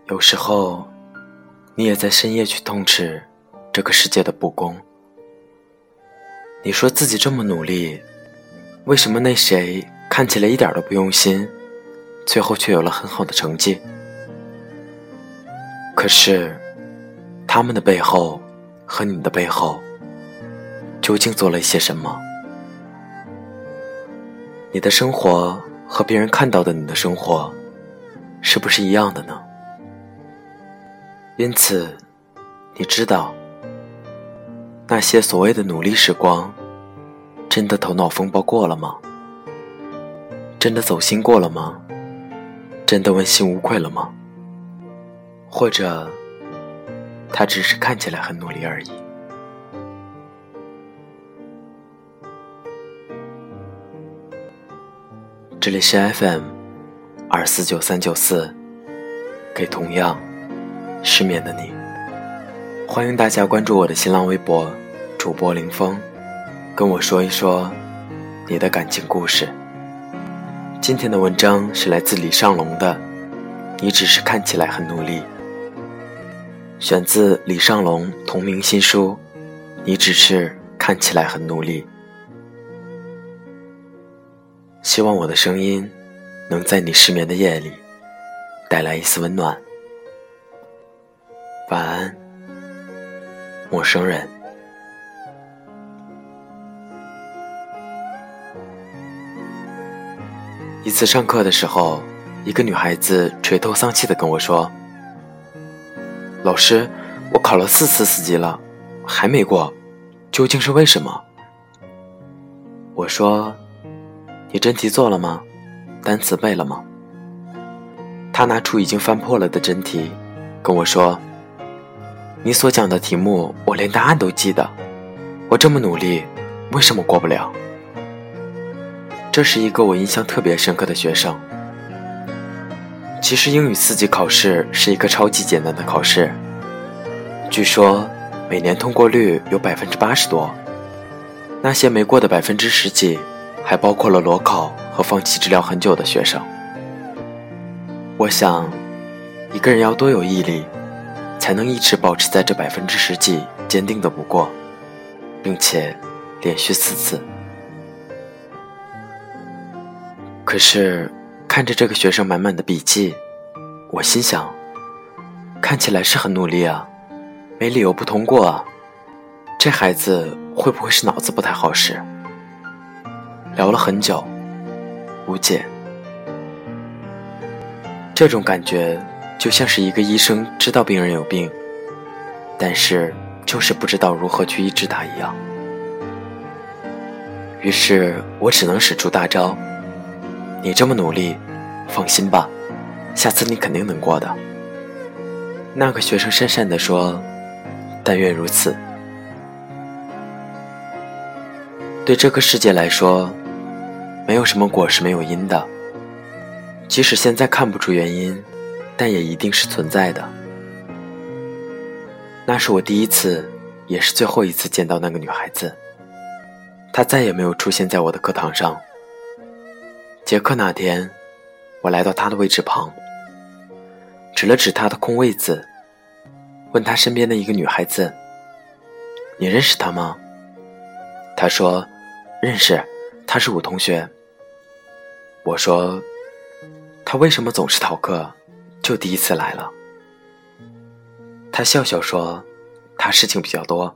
有时候你也在深夜去痛斥这个世界的不公。你说自己这么努力，为什么那谁看起来一点都不用心，最后却有了很好的成绩？可是他们的背后和你的背后究竟做了一些什么？你的生活和别人看到的你的生活是不是一样的呢？因此你知道，那些所谓的努力时光真的头脑风暴过了吗？真的走心过了吗？真的问心无愧了吗？或者他只是看起来很努力而已。这里是 FM249394，给同样失眠的你。欢迎大家关注我的新浪微博主播林峰，跟我说一说你的感情故事。今天的文章是来自李尚龙的你只是看起来很努力，选自李尚龙同名新书你只是看起来很努力。希望我的声音能在你失眠的夜里带来一丝温暖。晚安，陌生人。一次上课的时候，一个女孩子垂头丧气地跟我说，老师，我考了4次4级了，还没过，究竟是为什么？我说，你真题做了吗？单词背了吗？她拿出已经翻破了的真题跟我说，你所讲的题目我连答案都记得，我这么努力为什么过不了？这是一个我印象特别深刻的学生。其实英语4级考试是一个超级简单的考试，据说每年通过率有80%多，那些没过的10%几还包括了裸考和放弃治疗很久的学生。我想一个人要多有毅力，才能一直保持在这10%几坚定的不过，并且连续4次。可是看着这个学生满满的笔记，我心想，看起来是很努力啊，没理由不通过啊，这孩子会不会是脑子不太好使？聊了很久，无解。这种感觉就像是一个医生知道病人有病，但是就是不知道如何去医治他一样。于是我只能使出大招，你这么努力，放心吧，下次你肯定能过的。那个学生讪讪地说，但愿如此。对这个世界来说，没有什么果是没有因的，即使现在看不出原因，但也一定是存在的。那是我第一次，也是最后一次见到那个女孩子，她再也没有出现在我的课堂上。结课那天，我来到她的位置旁，指了指她的空位子，问她身边的一个女孩子，你认识她吗？她说，认识，她是我同学。我说，她为什么总是逃课，就第一次来了？她笑笑说，她事情比较多。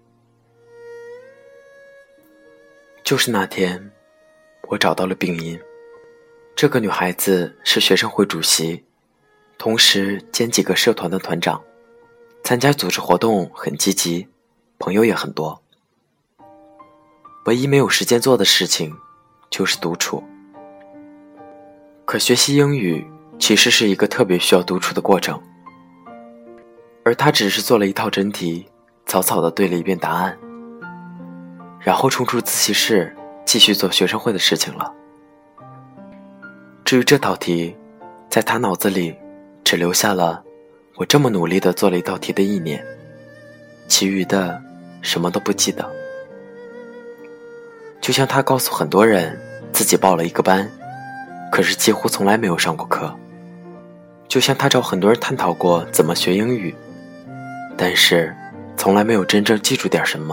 就是那天，我找到了病因。这个女孩子是学生会主席，同时兼几个社团的团长，参加组织活动很积极，朋友也很多。唯一没有时间做的事情就是独处。可学习英语其实是一个特别需要独处的过程，而她只是做了一套真题，草草地对了一遍答案，然后冲出自习室继续做学生会的事情了。至于这道题，在她脑子里只留下了我这么努力地做了一道题的意念，其余的什么都不记得。就像她告诉很多人自己报了一个班，可是几乎从来没有上过课， 就像他找很多人探讨过怎么学英语，但是从来没有真正记住点什么。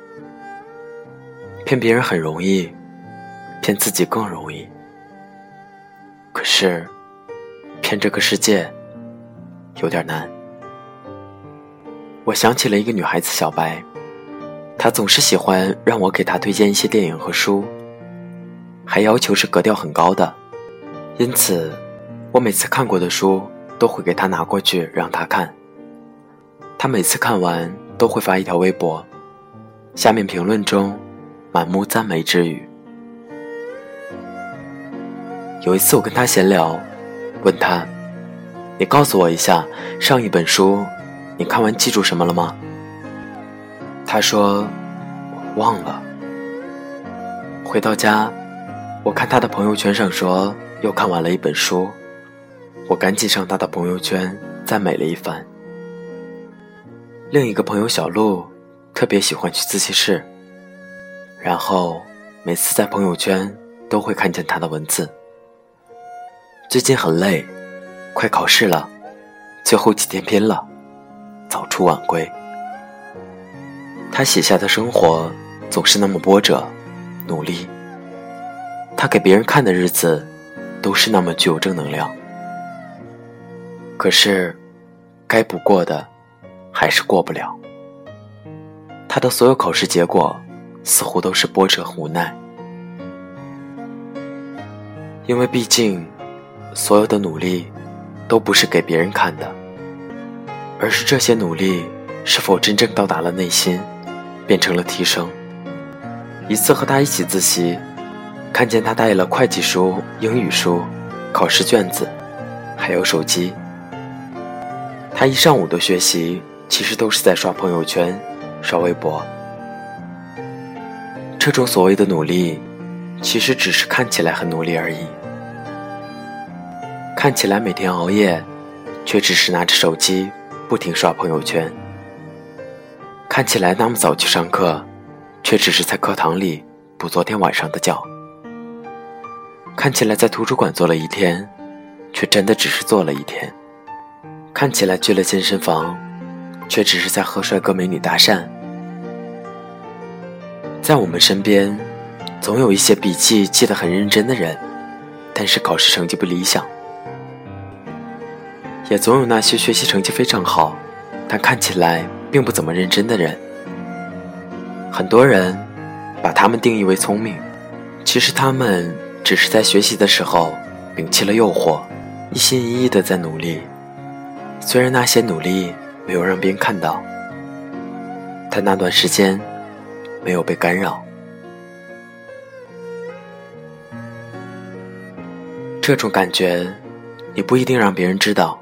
骗别人很容易，骗自己更容易，可是骗这个世界有点难。我想起了一个女孩子小白，她总是喜欢让我给她推荐一些电影和书，还要求是格调很高的，因此我每次看过的书都会给她拿过去让她看。她每次看完都会发一条微博，下面评论中满目赞美之语。有一次我跟她闲聊，问她，你告诉我一下，上一本书你看完记住什么了吗？她说忘了。回到家，我看她的朋友圈上说又看完了一本书，我赶紧上她的朋友圈赞美了一番。另一个朋友小鹿特别喜欢去自习室，然后每次在朋友圈都会看见她的文字。最近很累，快考试了，最后几天拼了，早出晚归。他写下的生活总是那么波折努力，他给别人看的日子都是那么具有正能量。可是该不过的还是过不了，他的所有考试结果似乎都是波折和无奈。因为毕竟所有的努力都不是给别人看的，而是这些努力是否真正到达了内心，变成了提升。一次和他一起自习，看见他带了会计书、英语书、考试卷子，还有手机。他一上午的学习其实都是在刷朋友圈、刷微博。这种所谓的努力，其实只是看起来很努力而已。看起来每天熬夜，却只是拿着手机不停刷朋友圈。看起来那么早去上课，却只是在课堂里补昨天晚上的觉。看起来在图书馆坐了一天，却真的只是坐了一天。看起来去了健身房，却只是在和帅哥美女搭讪。在我们身边，总有一些笔记记得很认真的人，但是考试成绩不理想。也总有那些学习成绩非常好，但看起来并不怎么认真的人。很多人把他们定义为聪明，其实他们只是在学习的时候摒弃了诱惑，一心一意地在努力。虽然那些努力没有让别人看到，但那段时间没有被干扰。这种感觉你不一定让别人知道。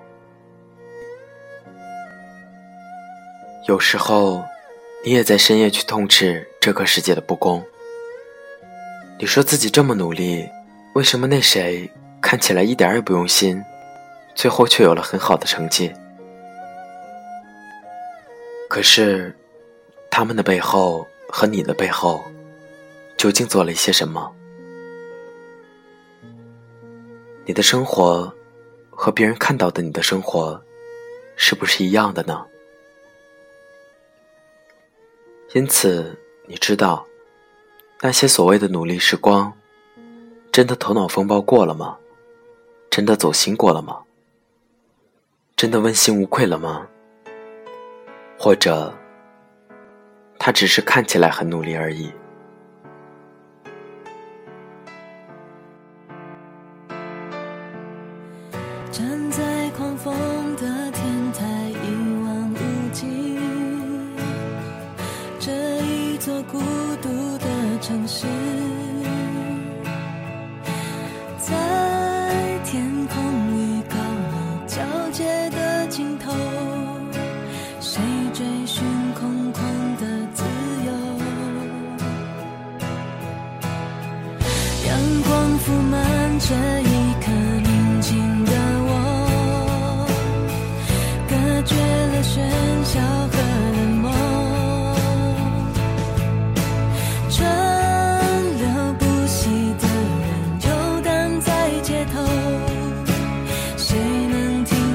有时候你也在深夜去痛斥这个世界的不公。你说自己这么努力，为什么那谁看起来一点也不用心，最后却有了很好的成绩？可是他们的背后和你的背后究竟做了一些什么？你的生活和别人看到的你的生活是不是一样的呢？因此你知道，那些所谓的努力时光，真的头脑风暴过了吗？真的走心过了吗？真的问心无愧了吗？或者他只是看起来很努力而已。 站在狂风的天台一望无际，这一座孤独的城市，在天空与高楼交界的尽头，谁追寻空旷的自由？阳光铺满这一颗宁静的我，隔绝了喧嚣和冷漠，川流不息的人游荡在街头，谁能听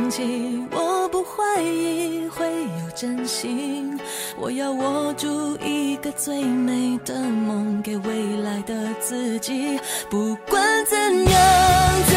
放弃，我不怀疑会有真心。我要握住一个最美的梦，给未来的自己。不管怎样